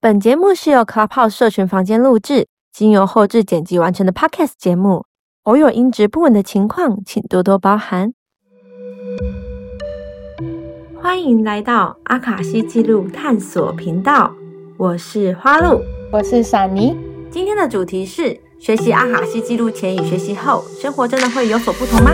本节目是由 Clubhouse 社群房间录制，经由后制剪辑完成的 Podcast 节目，偶有音质不稳的情况，请多多包涵。欢迎来到阿卡西记录探索频道，我是花露， 我是闪妮。 今天的主题是：学习阿卡西记录前与学习后，生活真的会有所不同吗？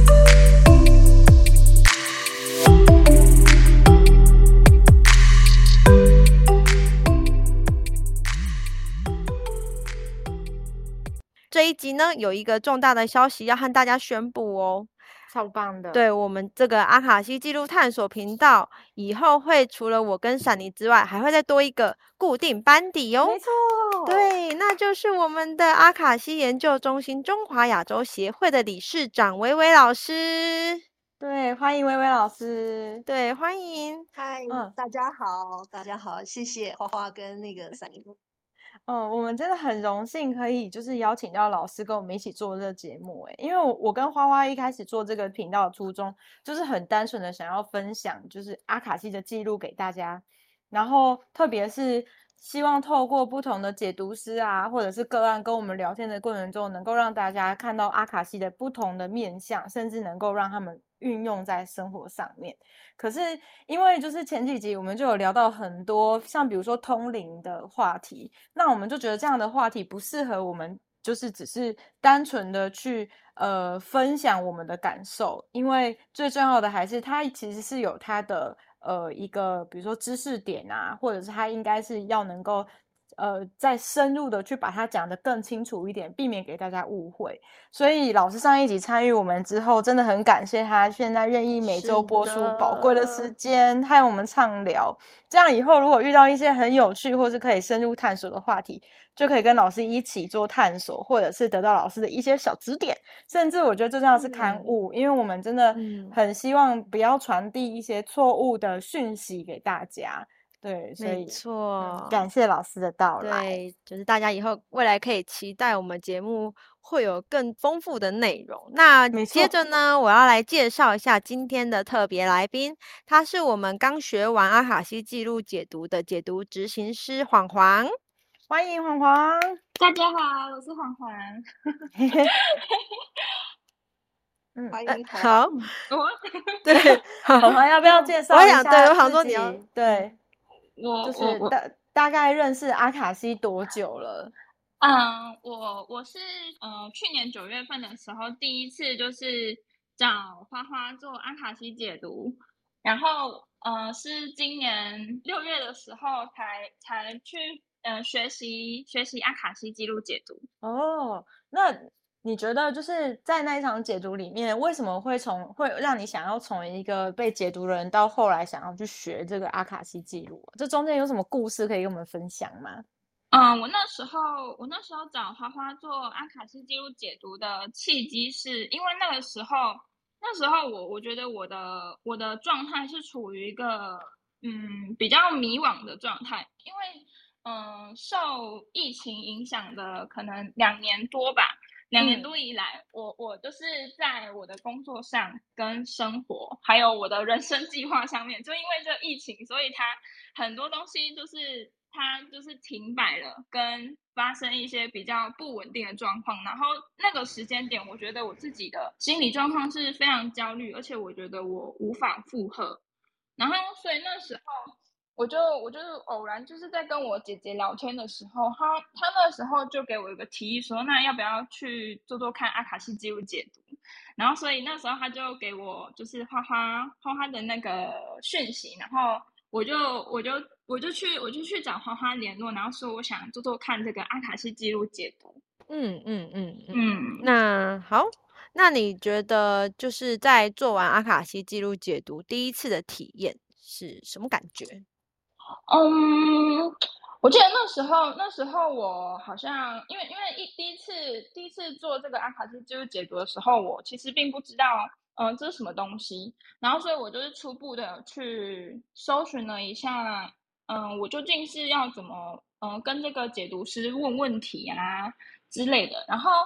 这一集呢，有一个重大的消息要和大家宣布哦。 超棒的。 对，我们这个阿卡西记录探索频道以后会除了我跟闪妮之外，还会再多一个固定班底哦。 没错， 对，那就是我们的阿卡西研究中心中华亚洲协会的理事长薇薇老师。 对，欢迎薇薇老师。 对，欢迎。 嗨，大家好，大家好，谢谢花花跟那个闪妮。 我们真的很荣幸可以就是邀请到老师跟我们一起做这个节目因为我跟花花一开始做这个频道的初衷就是很单纯的想要分享就是阿卡西的记录给大家，然后特别是希望透过不同的解读师啊或者是个案跟我们聊天的过程中，能够让大家看到阿卡西的不同的面向，甚至能够让他们运用在生活上面。可是因为就是前几集我们就有聊到很多像比如说通灵的话题，那我们就觉得这样的话题不适合我们就是只是单纯的去分享我们的感受，因为最重要的还是它其实是有它的一个比如说知识点啊，或者是它应该是要能够再深入的去把它讲得更清楚一点，避免给大家误会。所以老师上一集参与我们之后，真的很感谢他现在愿意每周播出宝贵的时间和我们畅聊，这样以后如果遇到一些很有趣或是可以深入探索的话题，就可以跟老师一起做探索，或者是得到老师的一些小指点，甚至我觉得最重要是刊物，因为我们真的很希望不要传递一些错误的讯息给大家。对，所以没错， 感谢老师的到来。 对，就是大家以后未来可以期待我们节目会有更丰富的内容。那接着呢，我要来介绍一下今天的特别来宾，他是我们刚学完阿卡西记录解读的解读执行师黄黄。 欢迎黄黄。 大家好，我是黄黄。 欢迎好， 对，黄黄要不要介绍一下自己？ 我想说你要对， 我就是大概认识阿卡西多久了？ 我是去年9月份的时候第一次就是找花花做阿卡西解读，然后是今年6月的时候才去学习阿卡西记录解读。 哦，那你觉得就是在那一场解读里面，为什么会让你想要从一个被解读的人到后来想要去学这个阿卡西记录？这中间有什么故事可以跟我们分享吗？ 我那时候找花花做阿卡西记录解读的契机是因为那时候我觉得我的状态是处于一个比较迷惘的状态，因为受疫情影响的可能2年多吧。2年多以来，我就是在我的工作上跟生活还有我的人生计划上面，就因为这疫情，所以它很多东西它就是停摆了，跟发生一些比较不稳定的状况。然后那个时间点，我觉得我自己的心理状况是非常焦虑，而且我觉得我无法负荷。然后所以那时候我就偶然就是在跟我姐姐聊天的时候，她那时候就给我一个提议说，那要不要去做做看阿卡西记录解读？然后所以那时候她就给我就是花花的那个讯息，然后我就去找花花联络，然后说我想做做看这个阿卡西记录解读。 那好，那你觉得就是在做完阿卡西记录解读第一次的体验是什么感觉？ 我记得那时候我好像因为第一次做这个阿卡西记录解读的时候，我其实并不知道这是什么东西，然后所以我就是初步的去搜寻了一下，我究竟是要怎么跟这个解读师问问题啊之类的。然后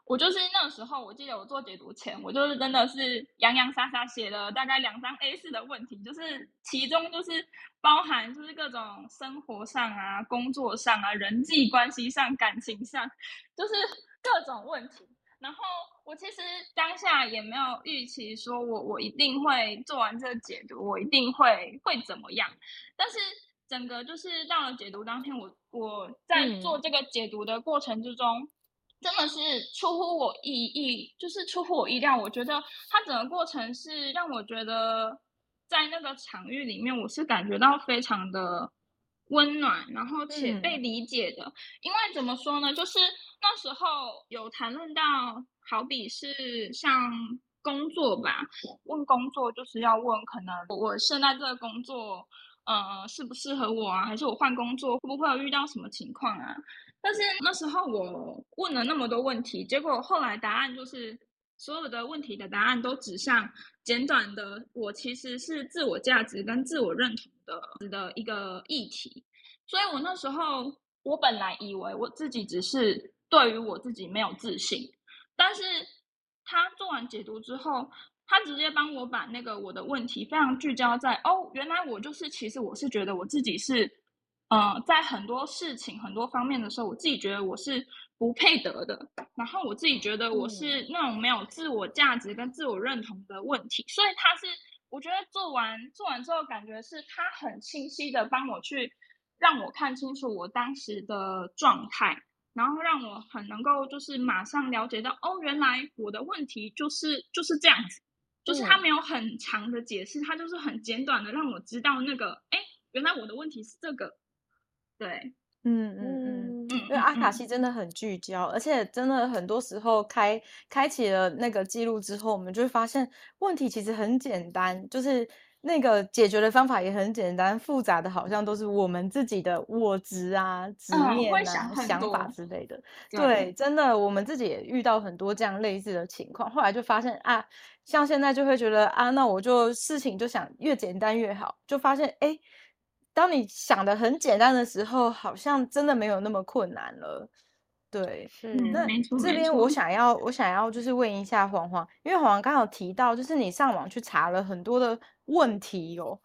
我就是那个时候，我记得我做解读前，我就是真的是洋洋洒洒写了大概2张 A4 的问题，就是其中就是包含就是各种生活上啊、工作上啊、人际关系上、感情上，就是各种问题。然后我其实当下也没有预期说我一定会做完这个解读，我一定会怎么样。但是整个就是到了解读当天，我在做这个解读的过程之中，真的是出乎我就是出乎我意料。我觉得它整个过程是让我觉得在那个场域里面，我是感觉到非常的温暖，然后且被理解的。因为怎么说呢，就是那时候有谈论到，好比是像工作吧，问工作就是要问，可能我现在这个工作，适不适合我啊？还是我换工作会不会有遇到什么情况啊？但是那时候我问了那么多问题，结果后来答案就是所有的问题的答案都指向简短的，我其实是自我价值跟自我认同的一个议题。所以我那时候我本来以为我自己只是对于我自己没有自信，但是他做完解读之后，他直接帮我把那个我的问题非常聚焦在原来我就是其实我是觉得我自己是在很多事情很多方面的时候，我自己觉得我是不配得的，然后我自己觉得我是那种没有自我价值跟自我认同的问题。所以他是我觉得做完之后，感觉是他很清晰的帮我去让我看清楚我当时的状态，然后让我很能够就是马上了解到原来我的问题就是这样子，就是他没有很长的解释，他就是很简短的让我知道那个原来我的问题是这个。对， 因为阿卡西真的很聚焦，而且真的很多时候开启了那个记录之后，我们就会发现问题其实很简单，就是那个解决的方法也很简单，复杂的好像都是我们自己的我执啊、执念会啊、 想很想法多之类的。 对， 对，真的我们自己也遇到很多这样类似的情况，后来就发现啊，像现在就会觉得啊，那我就事情就想越简单越好，就发现当你想的很简单的时候，好像真的没有那么困难了。对，那没错这边没错。 我想要就是问一下黄黄，因为黄黄刚好提到，就是你上网去查了很多的问题哦，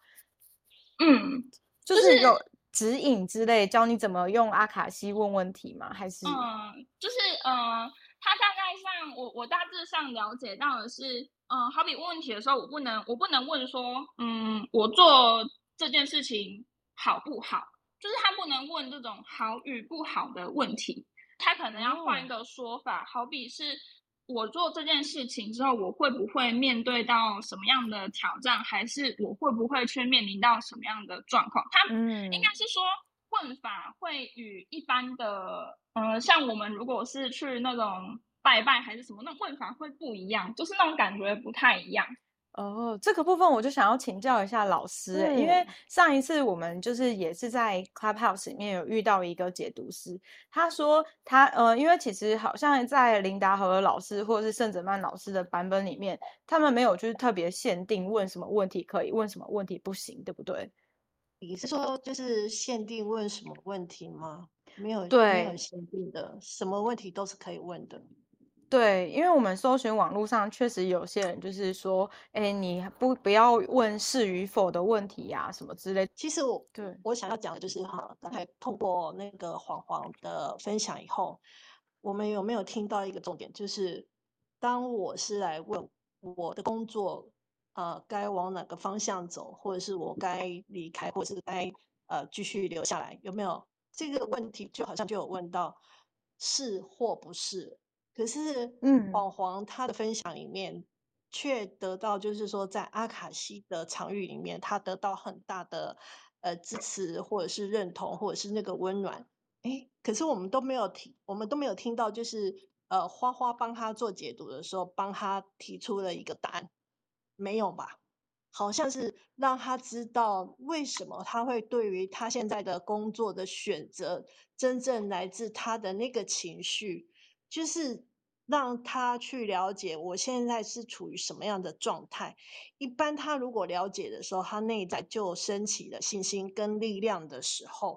就是有指引之类，教你怎么用阿卡西问问题吗？还是就是他大概上我大致上了解到的是，好比问问题的时候，我不能问说，我做这件事情好不好，就是他不能问这种好与不好的问题，他可能要换一个说法，好比是我做这件事情之后，我会不会面对到什么样的挑战，还是我会不会去面临到什么样的状况？他应该是说问法会与一般的，像我们如果是去那种拜拜还是什么，那问法会不一样，就是那种感觉不太一样。 这个部分我就想要请教一下老师因为上一次我们就是也是在 Clubhouse 里面有遇到一个解读师，他说他因为其实好像在林达和老师或者是圣哲曼老师的版本里面，他们没有就是特别限定问什么问题可以，问什么问题不行，对不对？ 你是说就是限定问什么问题吗？没有限定的，什么问题都是可以问的。 对，因为我们搜寻网络上确实有些人就是说，你不要问是与否的问题呀、什么之类。 其实我想要讲的就是刚才通过那个黄黄的分享以后，我们有没有听到一个重点，就是当我是来问我的工作，该往哪个方向走，或者是我该离开，或者是该继续留下来，有没有这个问题？就好像就有问到是或不是。可是，黄黄他的分享里面却得到，就是说，在阿卡西的场域里面，他得到很大的支持，或者是认同，或者是那个温暖。可是我们都没有听到，就是花花帮他做解读的时候，帮他提出了一个答案，没有吧？好像是让他知道为什么他会对于他现在的工作的选择，真正来自他的那个情绪，就是让他去了解我现在是处于什么样的状态。一般他如果了解的时候，他内在就升起了信心跟力量的时候，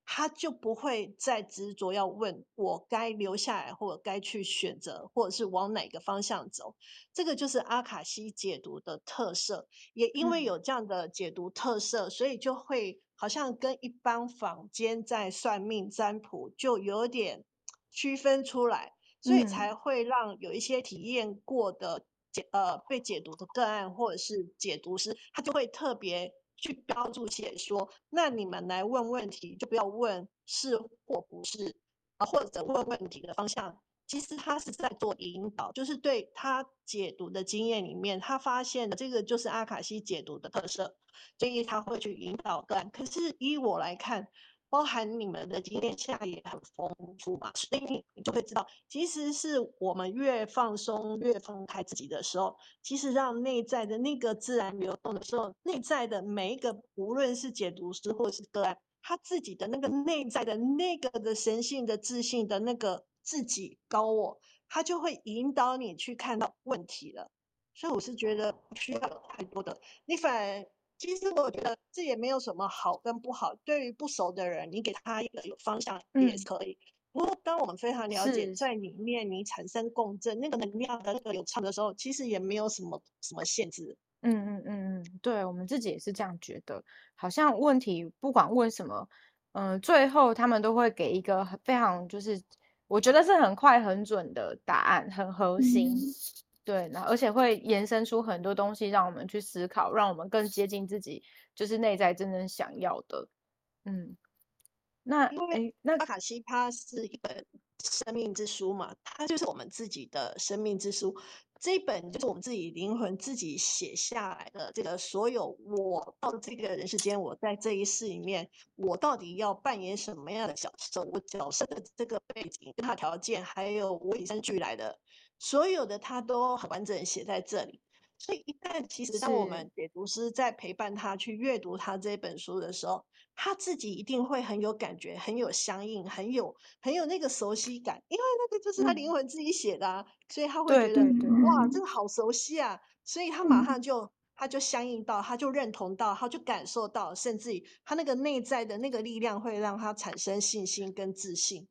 他就不会再执着要问我该留下来，或者该去选择，或者是往哪个方向走。这个就是阿卡西解读的特色。也因为有这样的解读特色，所以就会好像跟一般坊间在算命占卜就有点区分出来，所以才会让有一些体验过的被解读的个案或者是解读师，他就会特别去标注写说，那你们来问问题就不要问是或不是或者问问题的方向。其实他是在做引导，就是对他解读的经验里面，他发现的这个就是阿卡西解读的特色，所以他会去引导个案。可是以我来看，包含你们的经验现在也很丰富嘛，所以你就会知道，其实是我们越放松、越放开自己的时候，其实让内在的那个自然流动的时候，内在的每一个，无论是解读师或是个案，他自己的那个内在的那个的神性的自信的那个自己高我，他就会引导你去看到问题了。所以我是觉得不需要有太多的，你反而其实我觉得这也没有什么好跟不好。对于不熟的人，你给他一个有方向也是可以。不过当我们非常了解在里面你产生共振那个能量的那个流畅的时候，其实也没有什么限制。 对，我们自己也是这样觉得，好像问题不管问什么，最后他们都会给一个非常就是我觉得是很快很准的答案，很核心。对，然后而且会延伸出很多东西让我们去思考，让我们更接近自己就是内在真正想要的。那因为阿卡西它是一本生命之书嘛，它就是我们自己的生命之书。这一本就是我们自己灵魂自己写下来的，这个所有我到这个人世间，我在这一世里面，我到底要扮演什么样的角色？我角色的这个背景、跟他条件，还有我与生俱来的所有的，它都很完整写在这里。所以一旦其实当我们解读师在陪伴他去阅读他这本书的时候，他自己一定会很有感觉，很有相应，很有那个熟悉感，因为那个就是他灵魂自己写的所以他会觉得哇，这个好熟悉啊，所以他马上就相应到，他就认同到，他就感受到，甚至于他那个内在的那个力量会让他产生信心跟自信。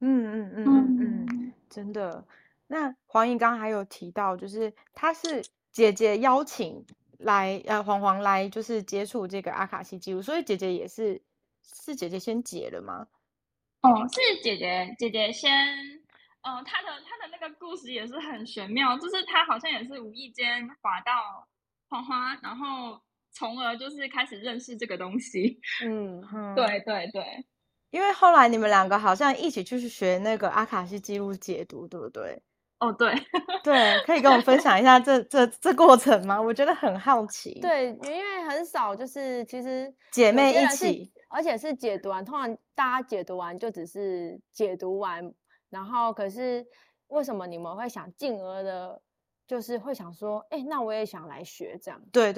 真的。那黄莹刚刚还有提到，就是他是姐姐邀请来黄来就是接触这个阿卡西记录，所以姐姐也是姐姐先解了吗？ 是姐姐先，她的那个故事也是很玄妙，就是她好像也是无意间滑到花花，然后从而就是开始认识这个东西。对对对， 因为后来你们两个好像一起去学那个阿卡西记录解读，对不对？ 对对，可以跟我分享一下这过程吗？我觉得很好奇。 对，因为很少就是其实姐妹一起， 而且是解读完，通常大家解读完就只是解读完，然后可是为什么你们会想进而的，就是会想说，那我也想来学这样。 对。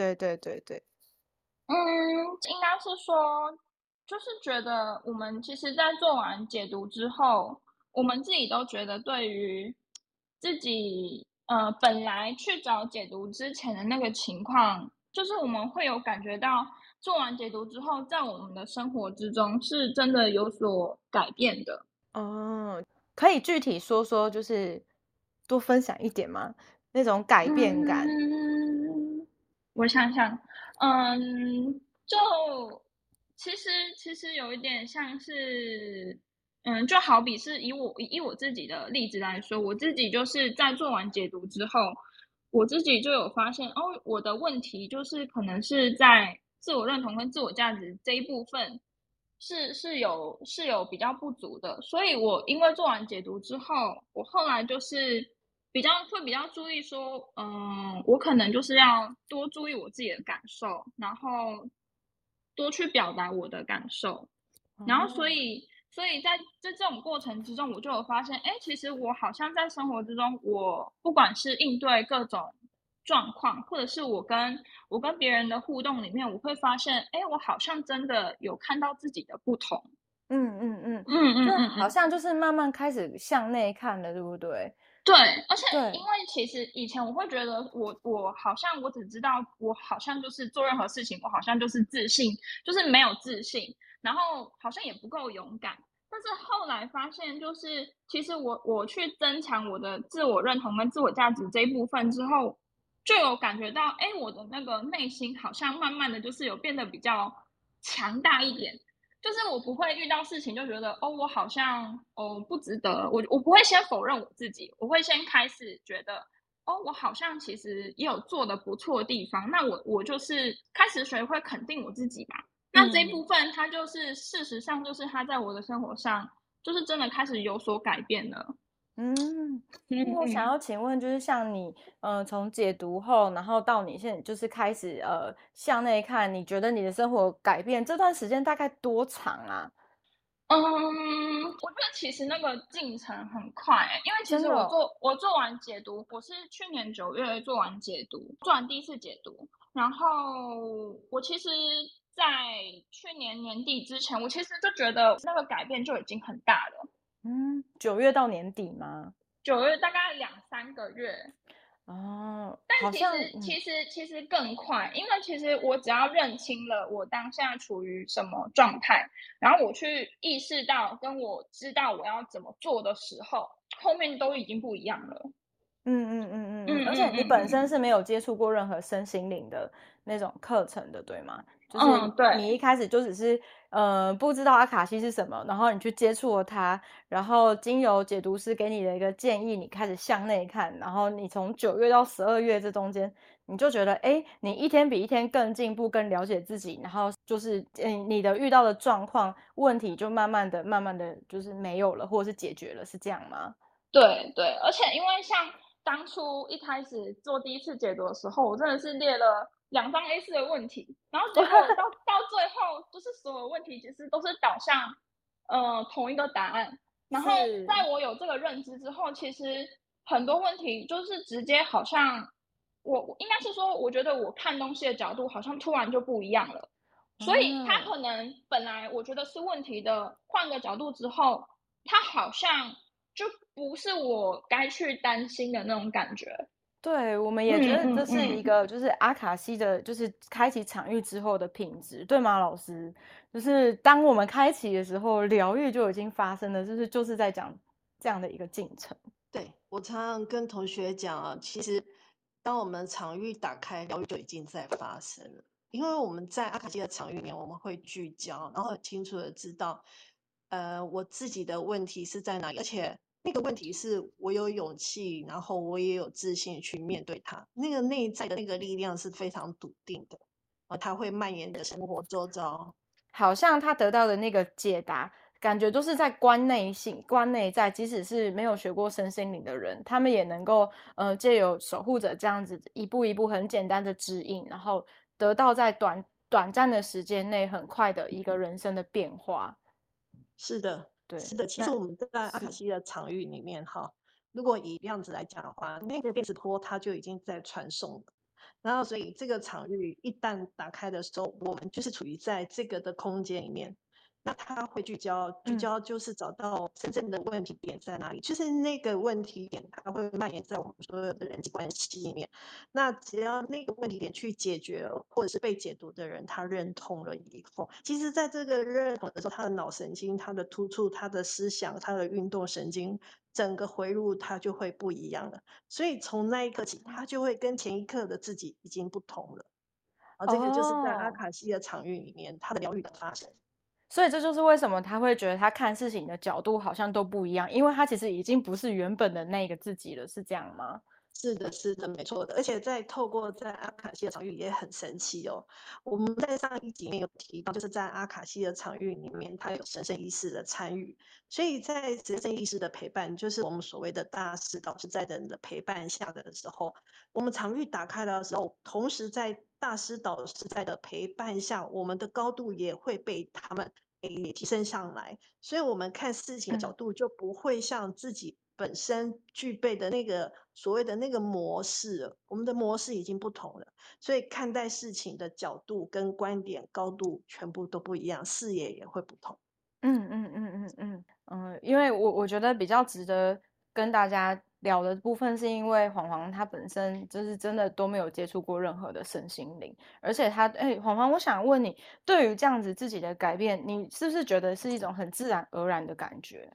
应该是说，就是觉得我们其实，在做完解读之后，我们自己都觉得对于自己本来去找解读之前的那个情况，就是我们会有感觉到做完解读之后，在我们的生活之中是真的有所改变的。 可以具体说说，就是多分享一点吗？那种改变感。 我想想，就其实有一点像是，就好比是以我自己的例子来说，我自己就是在做完解读之后，我自己就有发现，我的问题就是可能是在自我认同跟自我价值这一部分是有比较不足的，所以我因为做完解读之后，我后来就是比较注意说，我可能就是要多注意我自己的感受，然后多去表达我的感受，然后所以在这种过程之中，我就有发现，其实我好像在生活之中，我不管是应对各种状况，或者是我跟别人的互动里面，我会发现，我好像真的有看到自己的不同。 好像就是慢慢开始向内看了，对不对？ 对，而且对， 因为其实以前我会觉得我好像我只知道我好像就是做任何事情我好像就是自信，就是没有自信，然后好像也不够勇敢。但是后来发现，就是其实我去增强我的自我认同跟自我价值这一部分之后，就有感觉到，哎，我的那个内心好像慢慢的就是有变得比较强大一点。就是我不会遇到事情就觉得哦，我好像不值得，我不会先否认我自己，我会先开始觉得哦，我好像其实也有做的不错的地方，那我就是开始学会肯定我自己嘛。那这一部分它就是事实上就是它在我的生活上就是真的开始有所改变了。 我想要请问，就是像你，从解读后，然后到你现在就是开始向内看，你觉得你的生活改变这段时间大概多长啊？ 我觉得其实那个进程很快因为其实真的我做完解读，我是去年9月做完解读，做完第一次解读，然后我其实，在去年年底之前，我其实就觉得那个改变就已经很大了。 9月到年底吗 9月大概2、3个月，但好像其实更快，因为其实我只要认清了我当下处于什么状态，然后我去意识到跟我知道我要怎么做的时候，后面都已经不一样了。 而且你本身是没有接触过任何身心灵的那种课程的，对吗？就是你一对开始就只是不知道阿卡西是什么，然后你去接触了它，然后经由解读师给你的一个建议，你开始向内看，然后你从9月到12月这中间，你就觉得你一天比一天更进步，更了解自己，然后就是你的遇到的状况问题就慢慢的就是没有了，或者是解决了，是这样吗？ 对对，而且因为像当初一开始做第一次解读的时候，我真的是列了2张A4的问题，然后结果到最后，就是所有问题其实都是导向同一个答案。然后在我有这个认知之后，其实很多问题就是直接好像我应该是说，我觉得我看东西的角度好像突然就不一样了。所以他可能本来我觉得是问题的，换个角度之后，他好像就不是我该去担心的那种感觉。 对，我们也觉得这是一个就是阿卡西的，就是开启场域之后的品质，对吗，老师？就是当我们开启的时候，疗愈就已经发生了，就是在讲这样的一个进程。 对，我常常跟同学讲啊，其实当我们场域打开，疗愈就已经在发生了。因为我们在阿卡西的场域里面，我们会聚焦，然后很清楚的知道，我自己的问题是在哪里，而且那个问题是我有勇气，然后我也有自信去面对它。那个内在的那个力量是非常笃定的，它会蔓延你的生活周遭。 好像他得到的那个解答，感觉都是在观内性、观内在，即使是没有学过身心灵的人，他们也能够借由守护者这样子一步一步很简单的指引，然后得到在短暂的时间内很快的一个人生的变化。 是的， 对， 是的。其实我们在阿卡西的场域里面，哈，如果以量子来讲的话，那个电磁波它就已经在传送了。然后，所以这个场域一旦打开的时候，我们就是处于在这个的空间里面。那它会聚焦，聚焦就是找到真正的问题点在哪里，就是那个问题点，它会蔓延在我们所有的人际关系里面。那只要那个问题点去解决，或者是被解读的人他认同了以后，其实在这个认同的时候，他的脑神经、他的突触、他的思想、他的运动神经，整个回路它就会不一样了。所以从那一刻起，他就会跟前一刻的自己已经不同了。这个就是在阿卡西的场域里面，他的疗愈的发生。 所以这就是为什么他会觉得他看事情的角度好像都不一样，因为他其实已经不是原本的那个自己了，是这样吗？ 是的，是的，没错的。而且透过在阿卡西的场域也很神奇哦。我们在上一集里面有提到，就是在阿卡西的场域里面，它有神圣意识的参与，所以在神圣意识的陪伴，就是我们所谓的大师导师在人的陪伴下的时候，我们场域打开的时候，同时在大师导师在的陪伴下，我们的高度也会被他们给提升上来，所以我们看事情的角度就不会像自己本身具备的那个所谓的那个模式了，我们的模式已经不同了，所以看待事情的角度跟观点高度全部都不一样，视野也会不同。 因为我觉得比较值得跟大家聊的部分，是因为黄黄他本身就是真的都没有接触过任何的身心灵，而且黄黄，我想问你，对于这样子自己的改变，你是不是觉得是一种很自然而然的感觉？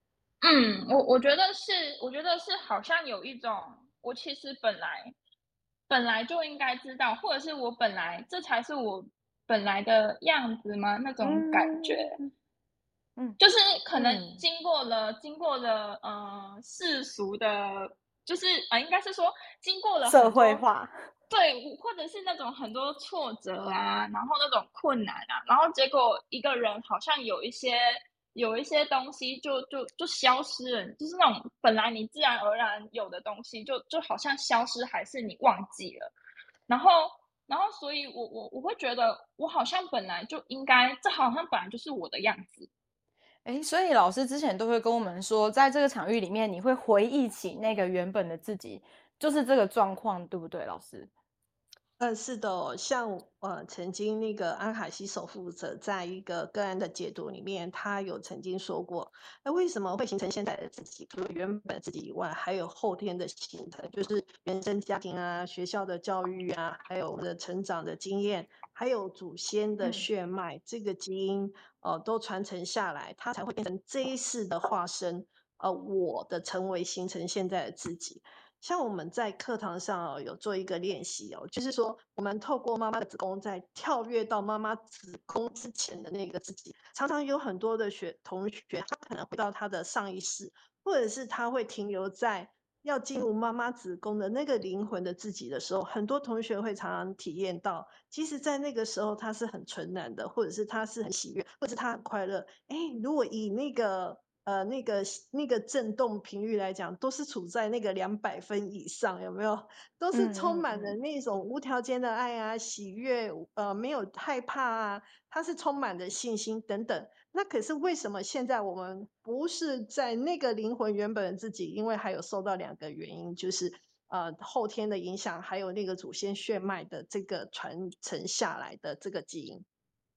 我觉得是好像有一种，我其实本来就应该知道，或者是我本来这才是我本来的样子吗？那种感觉。就是可能经过了世俗的，就是应该是说经过了社很多会化， 对，或者是那种很多挫折啊，然后那种困难啊，然后结果一个人好像有一些东西就消失了，就是那种本来你自然而然有的东西就好像消失，还是你忘记了，然后所以我会觉得我好像本来就应该，这好像本来就是我的样子。 所以老师之前都会跟我们说，在这个场域里面，你会回忆起那个原本的自己，就是这个状况，对不对，老师？ 是的哦，像曾经那个阿卡西守护者在一个个案的解读里面，他有曾经说过，那为什么会形成现在的自己？除了原本自己以外，还有后天的形成，就是原生家庭啊、学校的教育啊，还有我们的成长的经验，还有祖先的血脉，这个基因都传承下来，它才会变成这一世的化身，我的成为形成现在的自己。像我们在课堂上有做一个练习就是说我们透过妈妈的子宫，在跳跃到妈妈子宫之前的那个自己，常常有很多的同学，他可能回到他的上一世，或者是他会停留在要进入妈妈子宫的那个灵魂的自己的时候，很多同学会常常体验到，其实在那个时候他是很纯然的，或者是他是很喜悦，或者是他很快乐。如果以那个震动频率来讲，都是处在那个200分以上，有没有？都是充满了那种无条件的爱啊、喜悦，没有害怕啊，它是充满了信心等等。那可是为什么现在我们不是在那个灵魂原本的自己？因为还有受到2个原因，就是后天的影响，还有那个祖先血脉的这个传承下来的这个基因。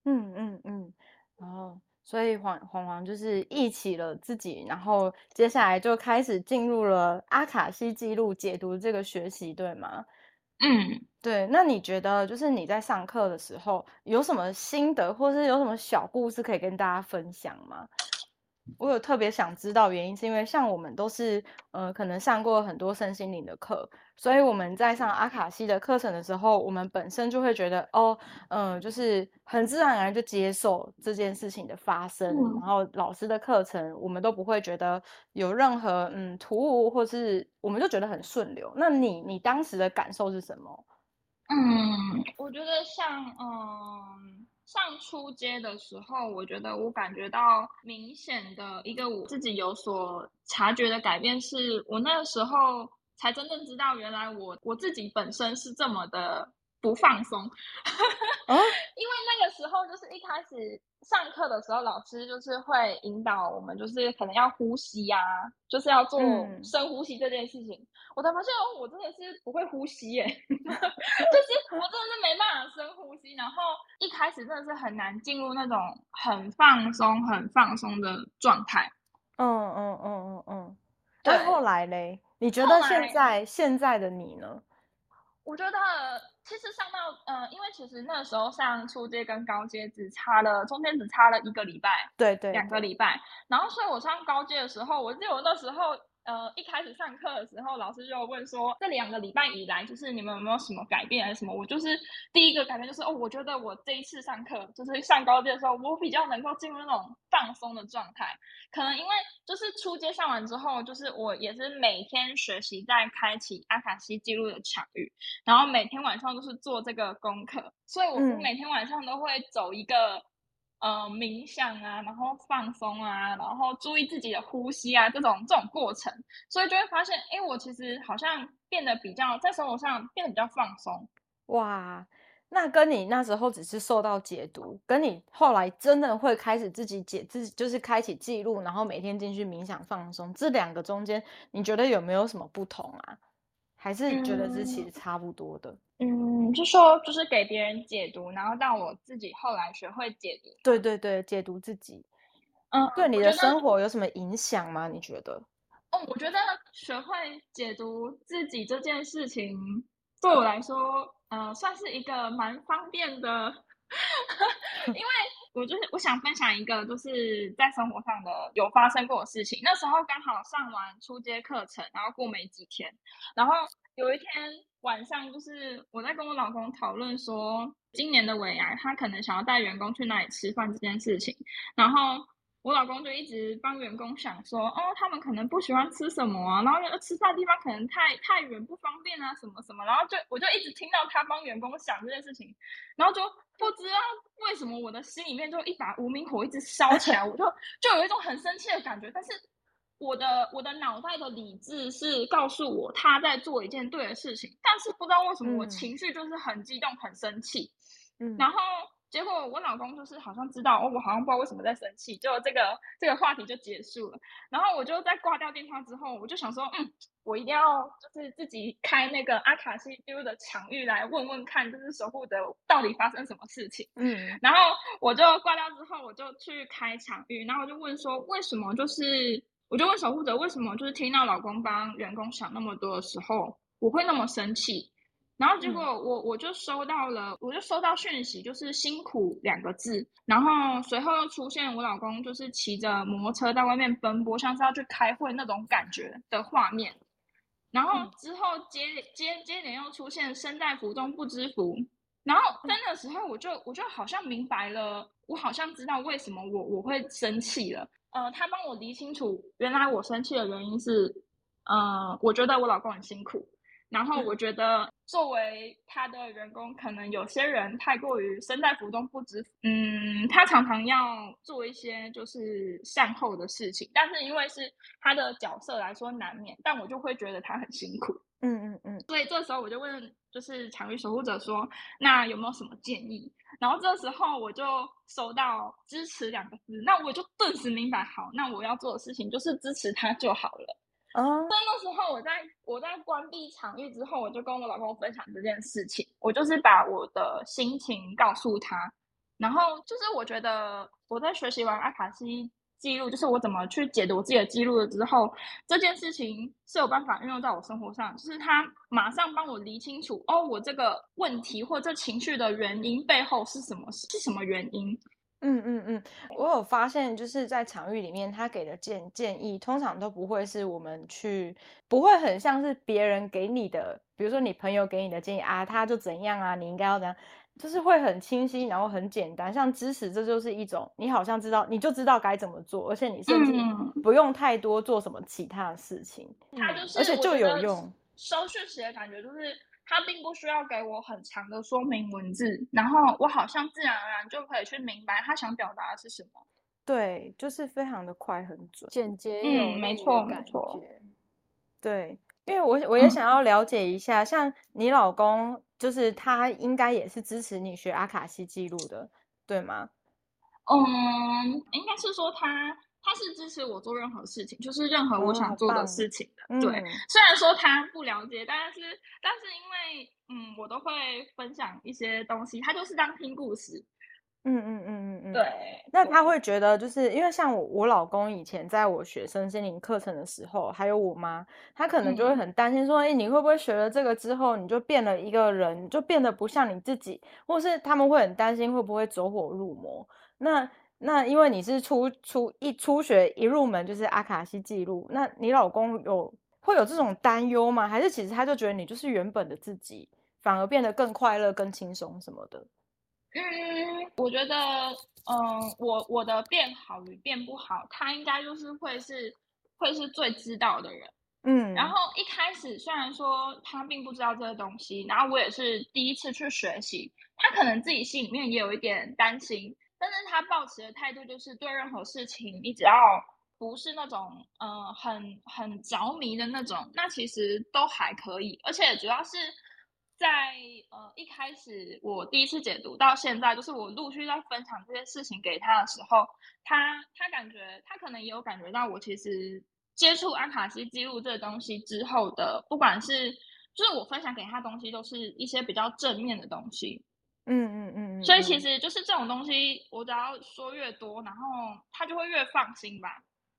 所以黄就是忆起了自己，然后接下来就开始进入了阿卡西记录解读这个学习，对吗？对。那你觉得就是你在上课的时候有什么心得，或是有什么小故事可以跟大家分享吗？我有特别想知道原因，是因为像我们都是可能上过很多身心灵的课，所以我们在上阿卡西的课程的时候，我们本身就会觉得就是很自然而然就接受这件事情的发生，然后老师的课程我们都不会觉得有任何突兀，或是我们就觉得很顺流。那你当时的感受是什么？ 我觉得像上初阶的时候，我觉得我感觉到明显的一个我自己有所察觉的改变，是我那个时候才真正知道，原来我自己本身是这么的不放松。因为那个时候就是一开始上课的时候，老师就是会引导我们，就是可能要呼吸啊，就是要做深呼吸这件事情。我才发现我真的是不会呼吸耶，就是我真的是没办法深呼吸。然后一开始真的是很难进入那种很放松、很放松的状态。 对。那后来嘞？你觉得现在的你呢？ 我觉得其实上到因为其实那时候上初阶跟高阶中间只差了1个礼拜， 对 2个礼拜。然后所以我上高阶的时候，我记得我那时候一开始上课的时候，老师就问说，这2个礼拜以来，就是你们有没有什么改变还是什么？我就是第一个改变就是我觉得我这一次上课就是上高阶的时候，我比较能够进入那种放松的状态。可能因为就是初阶上完之后，就是我也是每天学习在开启阿卡西记录的场域，然后每天晚上都是做这个功课，所以我每天晚上都会走一个冥想啊，然后放松啊，然后注意自己的呼吸啊，这种过程，所以就会发现，我其实好像变得比较在生活上变得比较放松。 哇，那跟你那时候只是受到解读，跟你后来真的会开始自己就是开启记录，然后每天进去冥想放松，这2个中间，你觉得有没有什么不同啊？还是觉得是其实差不多的？ 就说就是给别人解读，然后让我自己后来学会解读。 对对对，解读自己。对你的生活有什么影响吗？你觉得？ 我觉得学会解读自己这件事情，对我来说，算是一个蛮方便的，因为我想分享一个就是在生活上的有发生过的事情。那时候刚好上完初阶课程，然后过没几天，然后有一天晚上，就是我在跟我老公讨论说，今年的尾牙他可能想要带员工去哪里吃饭这件事情，然后我老公就一直帮员工想说，哦，他们可能不喜欢吃什么啊，然后吃饭的地方可能太远不方便啊，什么什么，然后我就一直听到他帮员工想这件事情，然后就不知道为什么我的心里面就一把无名火一直烧起来，我就有一种很生气的感觉，但是我的脑袋的理智是告诉我他在做一件对的事情，但是不知道为什么我情绪就是很激动、很生气。然后结果我老公就是好像知道我好像不知道为什么在生气，就这个话题就结束了。然后我就在挂掉电话之后，我就想说，我一定要就是自己开那个阿卡西记录的场域来问问看，就是守护者到底发生什么事情。然后我就挂掉之后，我就去开场域，然后我就问说，为什么我就问守护者，为什么就是听到老公帮员工想那么多的时候，我会那么生气？然后结果我就收到讯息，就是辛苦2个字，然后随后又出现我老公就是骑着摩托车在外面奔波，像是要去开会那种感觉的画面。然后之后接连又出现身在福中不知福，然后在那个时候我就好像明白了，我好像知道为什么我会生气了。他帮我理清楚，原来我生气的原因是，我觉得我老公很辛苦。然后我觉得作为他的员工，可能有些人太过于身在福中不知福，他常常要做一些就是善后的事情，但是因为是他的角色来说难免，但我就会觉得他很辛苦。所以这时候我就问就是场域守护者说，那有没有什么建议？然后这时候我就收到支持2个字，那我就顿时明白，好，那我要做的事情就是支持他就好了。所以那时候我在关闭场域之后，我就跟我老公分享这件事情，我就是把我的心情告诉他。然后就是我觉得我在学习完阿卡西记录，就是我怎么去解读自己的记录了之后，这件事情是有办法运用到我生活上，就是他马上帮我理清楚，我这个问题或这情绪的原因背后是什么原因。 我有发现，就是在场域里面，他给的建议通常都不会是我们不会很像是别人给你的，比如说你朋友给你的建议啊，他就怎样啊，你应该要怎样，就是会很清晰，然后很简单。像支持，这就是一种你好像知道，你就知道该怎么做，而且你甚至不用太多做什么其他的事情， 他就是而且就有用。 收讯息的感觉就是。他并不需要给我很长的说明文字，然后我好像自然而然就可以去明白他想表达的是什么。 对，就是非常的快，很准， 简洁有没错没错。 对，因为我也想要了解一下，像你老公，就是他应该也是支持你学阿卡西记录的，对吗？ 应该是说他是支持我做任何事情，就是任何我想做的事情的。对，虽然说他不了解，但是因为我都会分享一些东西，他就是当听故事。对。 那他会觉得，就是因为像我老公以前在我学身心灵课程的时候，还有我妈，他可能就会很担心说，你会不会学了这个之后，你就变了一个人，就变得不像你自己，或是他们会很担心会不会走火入魔。那因为你是初学一入门就是阿卡西记录，那你老公会有这种担忧吗？还是其实他就觉得你就是原本的自己，反而变得更快乐、更轻松什么的？ 我觉得，我的变好与变不好，他应该就是会是最知道的人。然后一开始虽然说他并不知道这个东西，然后我也是第一次去学习，他可能自己心里面也有一点担心，但是他抱持的态度就是对任何事情，你只要不是那种很着迷的那种，那其实都还可以，而且主要是。在一开始我第一次解读到现在，就是我陆续在分享这些事情给他的时候，他感觉他可能也有感觉到我其实接触阿卡西记录这个东西之后的，不管是就是我分享给他的东西都是一些比较正面的东西。所以其实就是这种东西，我只要说越多，然后他就会越放心吧。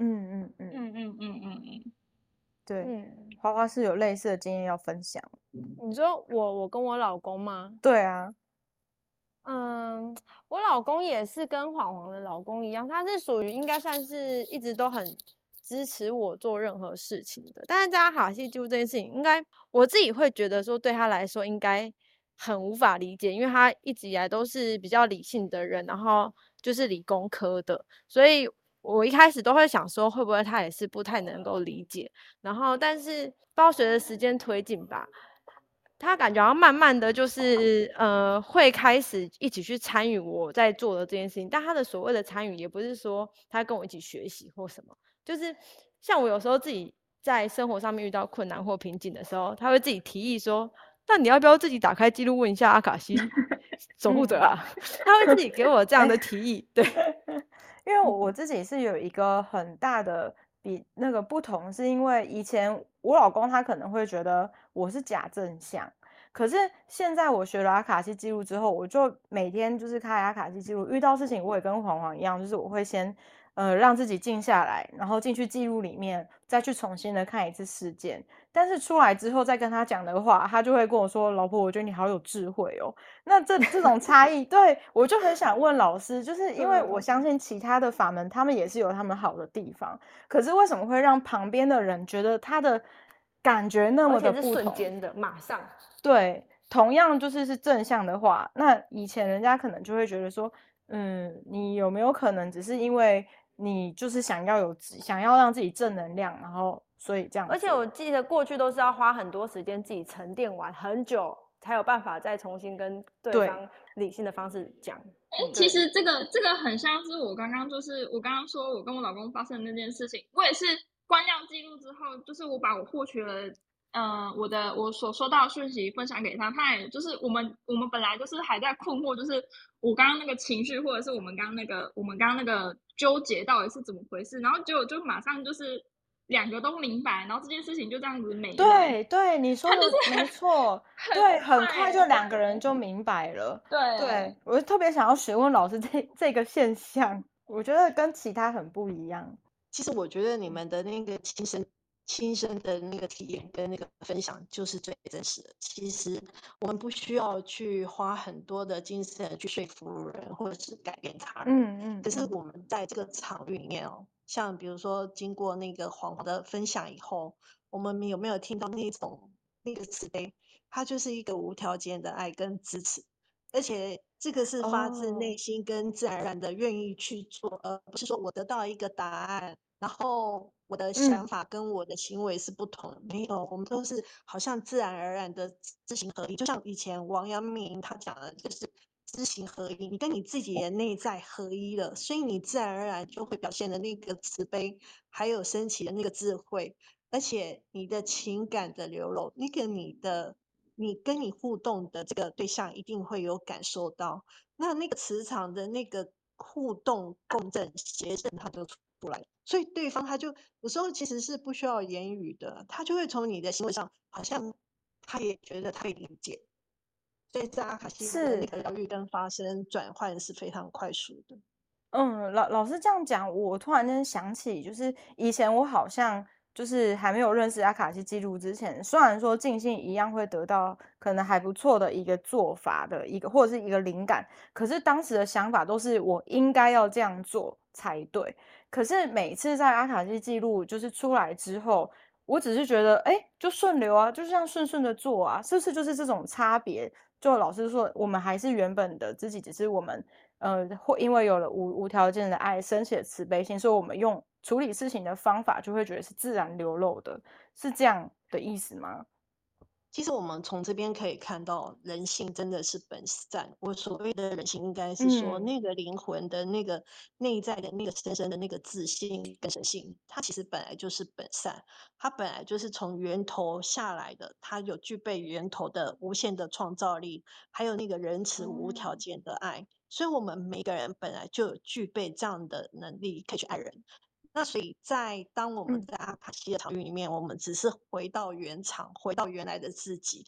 嗯嗯嗯， 嗯嗯嗯嗯嗯， 对， 嗯， 花花是有类似的经验要分享。 你说我跟我老公吗？ 对啊， 嗯，我老公也是跟黄黄的老公一样，他是属于应该算是一直都很支持我做任何事情的。但是在阿卡西记录这件事情，应该我自己会觉得说，对他来说应该很无法理解，因为他一直以来都是比较理性的人，然后就是理工科的，所以我一开始都会想说，会不会他也是不太能够理解。然后，但是不知道随着时间推进吧。他感觉好像慢慢的就是会开始一起去参与我在做的这件事情，但他的所谓的参与也不是说他跟我一起学习或什么，就是像我有时候自己在生活上面遇到困难或瓶颈的时候，他会自己提议说，那你要不要自己打开记录问一下阿卡西守护者啊？他会自己给我这样的提议，对。 因为我自己是有一个很大的比那个不同，是因为以前我老公他可能会觉得我是假正向，可是现在我学了阿卡西记录之后，我就每天就是开阿卡西记录，遇到事情我也跟黄黄一样，就是我会先让自己静下来，然后进去记录里面，再去重新的看一次事件。但是出来之后再跟他讲的话，他就会跟我说：“老婆，我觉得你好有智慧哦。”那这种差异，对我就很想问老师，就是因为我相信其他的法门，他们也是有他们好的地方，可是为什么会让旁边的人觉得他的感觉那么的而且是不同？ 瞬间的，马上。 对，同样是正向的话，那以前人家可能就会觉得说，你有没有可能只是因为你就是想要让自己正能量，然后所以这样做。 而且我记得过去都是要花很多时间自己沉淀完很久，才有办法再重新跟对方理性的方式讲。 其实这个很像是我刚刚说我跟我老公发生的那件事情，我也是关掉记录之后，就是我把我获取了我所收到的讯息分享给他，他也就是我们本来就是还在困惑，就是我刚刚那个情绪或者是我们刚刚那个纠结到底是怎么回事，然后结果就马上就是两个都明白，然后这件事情就这样子没了。 对对，你说的没错，对，很快就两个人就明白了。对，我就特别想要询问老师这个现象，我觉得跟其他很不一样。 其实我觉得你们的那个亲身的那个体验跟那个分享就是最真实的。其实我们不需要去花很多的精神去说服人或者是改变他人。可是我们在这个场域里面哦，像比如说经过那个黄黄的分享以后，我们有没有听到那个慈悲？它就是一个无条件的爱跟支持。而且这个是发自内心跟自然而然的愿意去做，而不是说我得到一个答案，然后我的想法跟我的行为是不同的。没有，我们都是好像自然而然的知行合一。就像以前王阳明他讲的，就是知行合一，你跟你自己的内在合一了，所以你自然而然就会表现的那个慈悲，还有升起的那个智慧，而且你的情感的流露，你跟你互动的这个对象一定会有感受到，那个磁场的那个互动共振协振，它就出来。所以对方他就有时候其实是不需要言语的，他就会从你的行为上，好像他也觉得他也理解。所以在阿卡西的那个疗愈跟发生转换是非常快速的。 老师这样讲，我突然间想起，就是以前我好像就是还没有认识阿卡西记录之前，虽然说静心一样会得到可能还不错的一个做法的一个或者是一个灵感，可是当时的想法都是我应该要这样做才对。可是每次在阿卡西记录就是出来之后，我只是觉得，哎，就顺流啊，就这样顺顺的做啊，是不是就是这种差别？就老师说，我们还是原本的自己，只是我们会因为有了无条件的爱，升起了慈悲心，所以我们用处理事情的方法就会觉得是自然流露的，是这样的意思吗？ 其实我们从这边可以看到，人性真的是本善。我所谓的人性，应该是说那个灵魂的那个内在的那个深深的那个自信跟神性，它其实本来就是本善，它本来就是从源头下来的，它有具备源头的无限的创造力，还有那个仁慈无条件的爱。所以我们每个人本来就有具备这样的能力，可以去爱人。那所以当我们在阿卡西的场域里面，我们只是回到原场，回到原来的自己，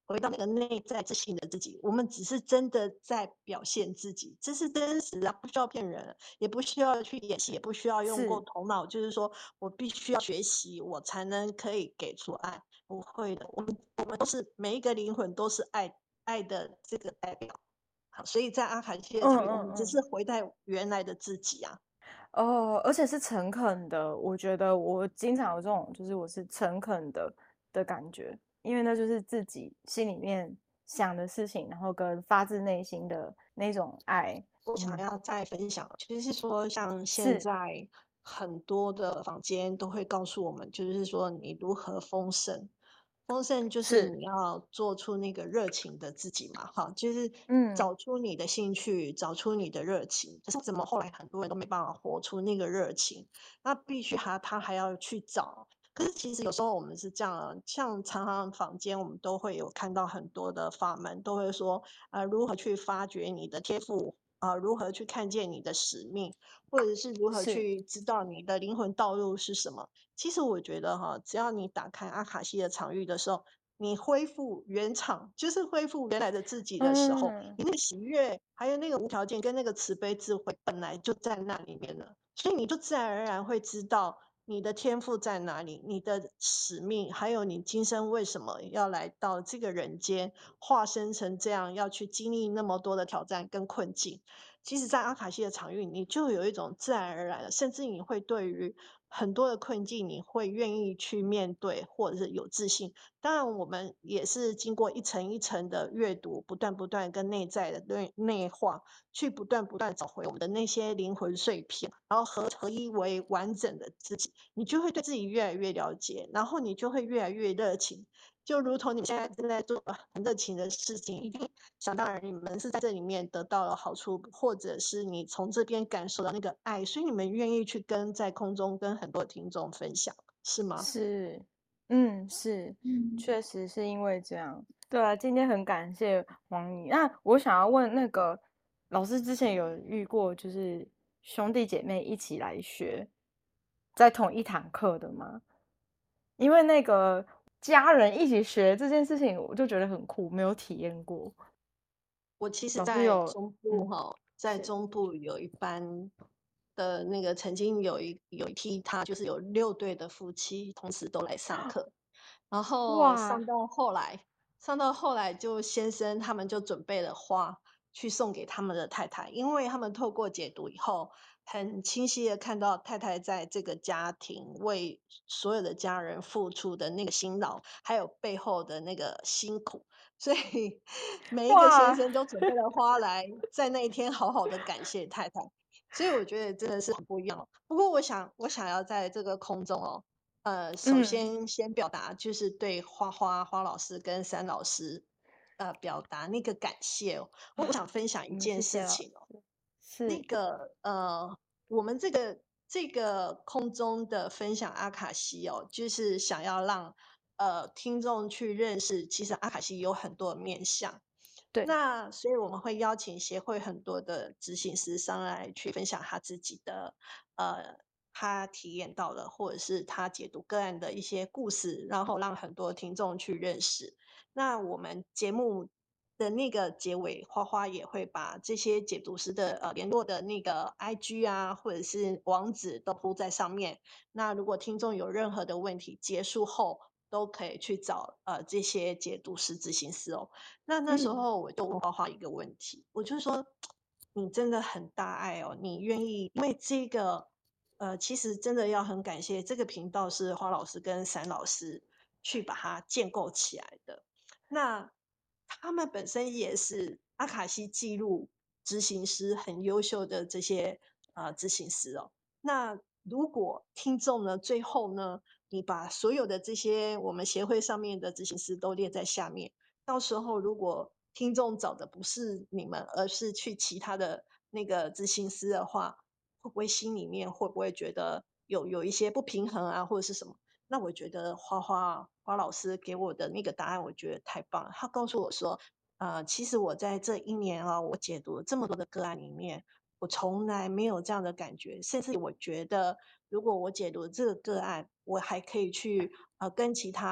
回到那个内在自信的自己，我们只是真的在表现自己，这是真实的，不需要骗人，也不需要去演戏，也不需要用过是， 头脑，就是说我必须要学习，我才能可以给出爱。不会的，我们都是每一个灵魂都是爱的这个代表。好，所以在阿卡西的嗯场域，我们只嗯嗯。 是回到原来的自己啊。 哦，而且是诚恳的，我觉得我经常有这种，就是我是诚恳的感觉，因为那就是自己心里面想的事情，然后跟发自内心的那种爱。 我想要再分享，其实是说，像现是在很多的房间都会告诉我们，就是说你如何丰盛。丰盛就是是， 你要做出那个热情的自己嘛，哈，就是嗯， 找出你的兴趣，找出你的热情。可是怎么后来很多人都没办法活出那个热情？那必须他还要去找。可是其实有时候我们是这样啊，像常常房间我们都会有看到很多的法门，都会说如何去发掘你的天赋。如何去看见你的使命，或者是如何是， 去知道你的灵魂道路是什么？其实我觉得哈，只要你打开阿卡西的场域的时候，你恢复原场，就是恢复原来的自己的时候， 嗯， 你那个喜悦，还有那个无条件跟那个慈悲智慧，本来就在那里面了，所以你就自然而然会知道你的天赋在哪里，你的使命，还有你今生为什么要来到这个人间，化身成这样，要去经历那么多的挑战跟困境。其实，在阿卡西的场域，你就有一种自然而然的，甚至你会对于很多的困境，你会愿意去面对，或者是有自信。当然，我们也是经过一层一层的阅读，不断跟内在的内化，去不断找回我们的那些灵魂碎片，然后合一为完整的自己，你就会对自己越来越了解，然后你就会越来越热情。就如同你们现在正在做很热情的事情，一定想当然你们是在这里面得到了好处，或者是你从这边感受到那个爱，所以你们愿意去在空中跟很多听众分享，是吗？ 是，是， 嗯。 确实是因为这样。对啊，今天很感谢黄怡。那我想要问那个老师，之前有遇过就是兄弟姐妹一起来学，在同一堂课的吗？因为那个家人一起学这件事情，我就觉得很酷，没有体验过。 我其实老师有， 在中部哈，在是， 中部有一班的那个曾经有一批，他就是有6对的夫妻同时都来上课，然后哇， 上到后来就先生他们就准备了花去送给他们的太太，因为他们透过解读以后，很清晰的看到太太在这个家庭为所有的家人付出的那个辛劳，还有背后的那个辛苦。所以每一个先哇， 生都准备了花来在那一天好好的感谢太太，所以我觉得真的是很不一样。不过我想要在这个空中哦，首嗯， 先表达就是对花老师跟山老师，表达那个感谢哦。我想分享一件谢谢老事情哦， 师。 那是， 个我们这个空中的分享阿卡西哦，就是想要让听众去认识，其实阿卡西有很多的面向。 对， 那所以我们会邀请协会很多的执行师上来去分享他自己的他体验到的，或者是他解读个案的一些故事，然后让很多听众去认识。那我们节目的那个结尾，花花也会把这些解读师的联络的那个 IG 啊，或者是网址都铺在上面。那如果听众有任何的问题，结束后都可以去找这些解读师、执行师哦。那时嗯， 候我就问花花一个问题，我就说你真的很大爱哦，你愿意因为这个其实真的要很感谢这个频道是花老师跟闪老师去把它建构起来的。那他们本身也是阿卡西记录执行师很优秀的这些执行师哦。那如果听众呢，最后呢，你把所有的这些我们协会上面的执行师都列在下面，到时候如果听众找的不是你们，而是去其他的那个执行师的话，会不会心里面会不会觉得有一些不平衡啊，或者是什么？那我觉得花老师给我的那个答案，我觉得太棒了。他告诉我说，其实我在这一年啊，我解读了这么多的个案里面，我从来没有这样的感觉，甚至我觉得，如果我解读这个个案，我还可以去跟其他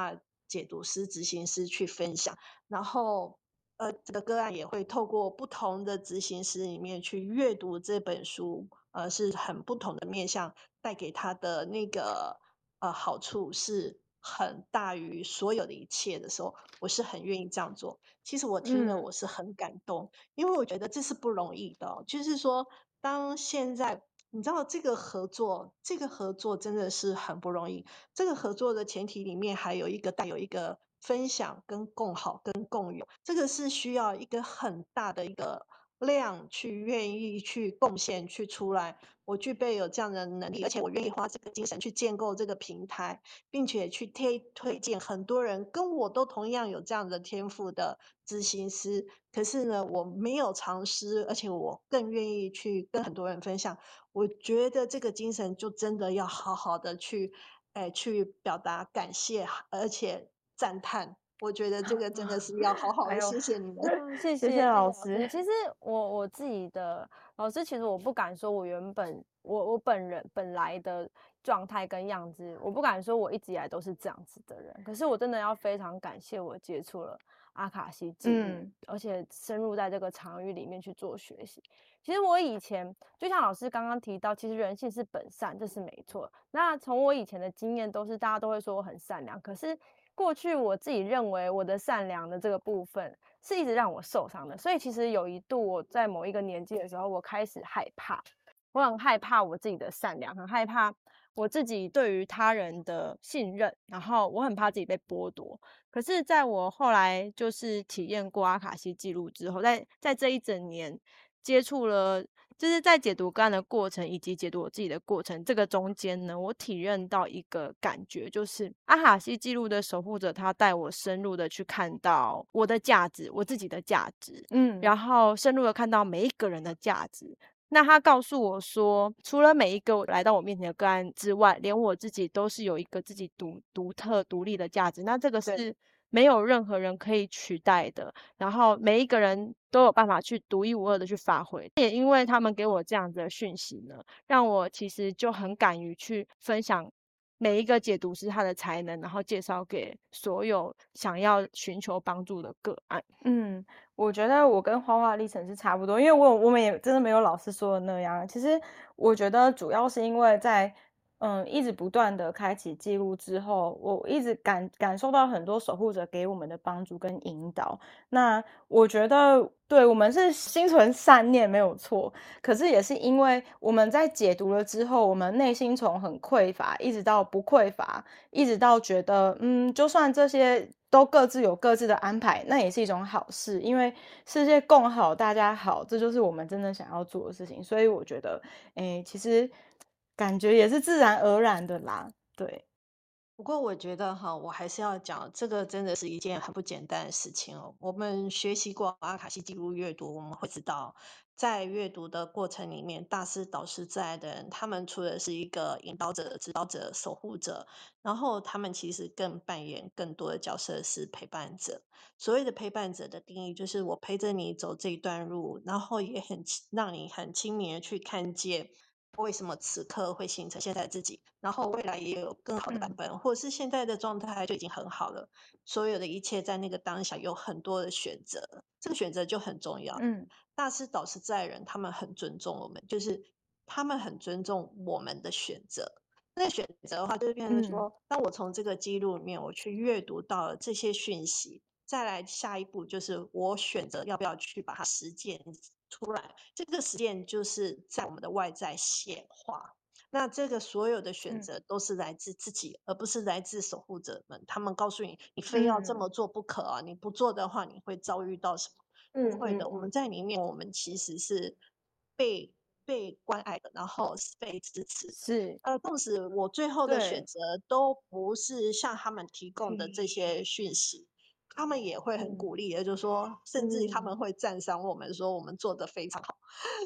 解读师、执行师去分享，然后这个个案也会透过不同的执行师里面去阅读这本书，是很不同的面向，带给他的那个好处是很大于所有的一切的时候，我是很愿意这样做。其实我听了我是很感动，因为我觉得这是不容易的哦，就是说当现在。你知道这个合作真的是很不容易。这个合作的前提里面还有一个带有一个分享、跟共好、跟共有，这个是需要一个很大的一个量去愿意去贡献去出来。我具备有这样的能力，而且我愿意花这个精神去建构这个平台，并且去推荐很多人跟我都同样有这样的天赋的执行师。可是呢，我没有尝试，而且我更愿意去跟很多人分享。我觉得这个精神就真的要好好的去表达感谢，而且赞叹。我觉得这个真的是要好好的哎呦， 谢谢你们。 谢谢谢老老师。 师。 其实我自己的老师，其实我不敢说我原本我本人本来的状态跟样子，我不敢说我一直以来都是这样子的人。可是我真的要非常感谢我接触了阿卡西记录，而且深入在这个场域里面去做学习。其实我以前就像老师刚刚提到，其实人性是本善，这是没错。那从我以前的经验都是大家都会说我很善良，可是过去我自己认为我的善良的这个部分是一直让我受伤的，所以其实有一度我在某一个年纪的时候，我开始害怕，我很害怕我自己的善良，很害怕我自己对于他人的信任，然后我很怕自己被剥夺。可是在我后来就是体验过阿卡西记录之后，在这一整年接触了，就是在解读个案的过程以及解读我自己的过程，这个中间呢，我体认到一个感觉，就是阿卡西记录的守护者，他带我深入的去看到我的价值，我自己的价值，然后深入的看到每一个人的价值。那他告诉我说，除了每一个来到我面前的个案之外，连我自己都是有一个自己独特独立的价值。那这个是没有任何人可以取代的。然后每一个人都有办法去独一无二的去发挥。也因为他们给我这样子的讯息呢，让我其实就很敢于去分享每一个解读师他的才能，然后介绍给所有想要寻求帮助的个案。 我觉得我跟花花的历程是差不多，因为我们也真的没有老师说的那样。其实我觉得主要是因为在一直不断的开启记录之后，我一直感受到很多守护者给我们的帮助跟引导。那我觉得对我们是心存善念没有错，可是也是因为我们在解读了之后，我们内心从很匮乏一直到不匮乏，一直到觉得就算这些都各自有各自的安排，那也是一种好事，因为世界共好，大家好，这就是我们真正想要做的事情。所以我觉得，其实感觉也是自然而然的啦。对， 不过我觉得哈，我还是要讲，这个真的是一件很不简单的事情哦。我们学习过阿卡西记录阅读，我们会知道，在阅读的过程里面，大师、导师在的人，他们除了是一个引导者、指导者、守护者，然后他们其实更扮演更多的角色是陪伴者。所谓的陪伴者的定义，就是我陪着你走这一段路，然后也让你很亲民的去看见。为什么此刻会形成现在的自己？然后未来也有更好的版本，或者是现在的状态就已经很好了。所有的一切在那个当下有很多的选择，这个选择就很重要。大师导师在人，他们很尊重我们，就是他们很尊重我们的选择。那选择的话，就变成说，当我从这个记录里面我去阅读到了这些讯息，再来下一步就是我选择要不要去把它实践出来。这个实践就是在我们的外在显化。那这个所有的选择都是来自自己，而不是来自守护者们。他们告诉你，你非要这么做不可啊！你不做的话，你会遭遇到什么？不会的，我们在里面，我们其实是被关爱的，然后是被支持的。 是， 纵使我最后的选对， 择都不是像他们提供的这些讯息，他们也会很鼓励的，就是说，甚至他们会赞赏我们，说我们做得非常好。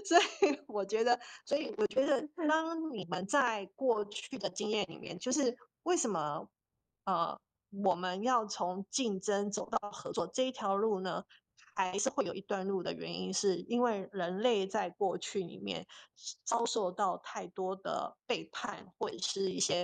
所以我觉得，当你们在过去的经验里面，就是为什么呃我们要从竞争走到合作这一条路呢？还是会有一段路的原因，是因为人类在过去里面遭受到太多的背叛，或者是一些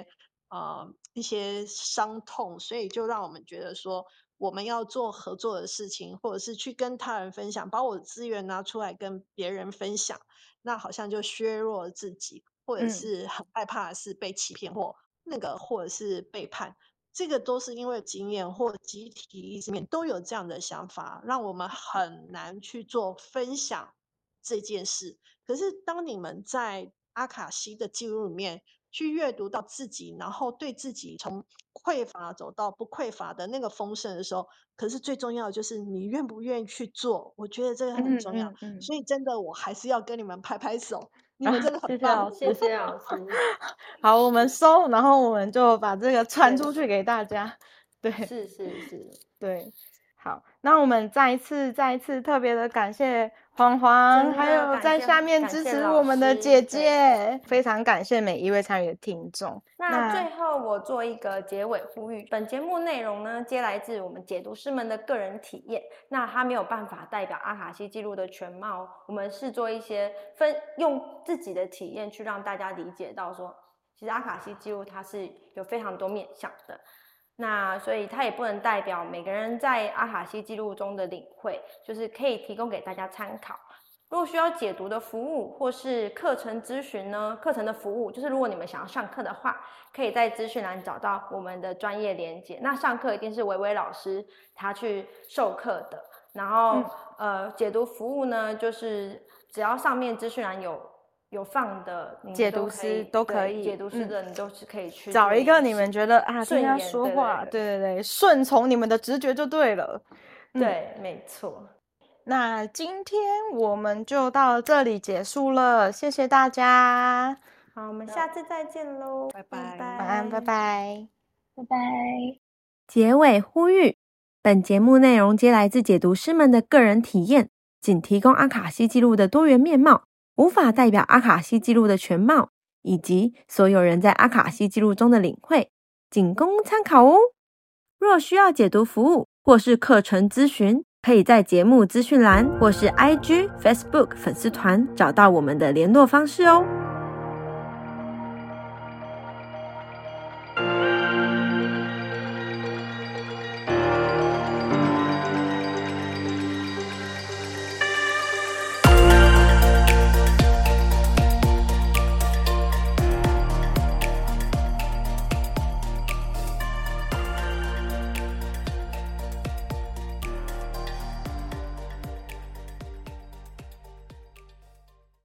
一些伤痛，所以就让我们觉得说我们要做合作的事情，或者是去跟他人分享，把我的资源拿出来跟别人分享，那好像就削弱了自己，或者是很害怕的是被欺骗或者是背叛。这个都是因为经验或集体意识面都有这样的想法，让我们很难去做分享这件事。可是当你们在阿卡西的记录里面去阅读到自己，然后对自己从匮乏走到不匮乏的那个丰盛的时候，可是最重要的就是你愿不愿意去做，我觉得这个很重要。所以真的我还是要跟你们拍拍手，你们真的很棒。 谢谢老师。 好，我们收，然后我们就把这个传出去给大家。对， 是， 对。好，那我们再一次特别的感谢黄黄，还有在下面支持我们的姐姐，非常感谢每一位参与的听众。 那最后我做一个结尾呼吁，本节目内容呢皆来自我们解读师们的个人体验，那它没有办法代表阿卡西记录的全貌，我们是做一些用自己的体验去让大家理解到说，其实阿卡西记录它是有非常多面向的。那所以它也不能代表每个人在阿卡西记录中的领会，就是可以提供给大家参考。如果需要解读的服务或是课程咨询呢，课程的服务就是如果你们想要上课的话，可以在资讯栏找到我们的专业连结。那上课一定是维维老师他去授课的，然后解读服务呢，就是只要上面资讯栏有放的解读师都可以， 解读师的你都是可以去找一个你们觉得听他说话，对，顺从你们的直觉就对了。 对，没错。 那今天我们就到这里结束了，谢谢大家。 好，我们下次再见喽， 拜拜， 晚安，拜拜， 拜拜。 结尾呼吁：本节目内容皆来自解读师们的个人体验，仅提供阿卡西记录的多元面貌，无法代表阿卡西记录的全貌，以及所有人在阿卡西记录中的领会，仅供参考哦。若需要解读服务或是课程咨询，可以在节目资讯栏或是 IG、Facebook 粉丝团找到我们的联络方式哦。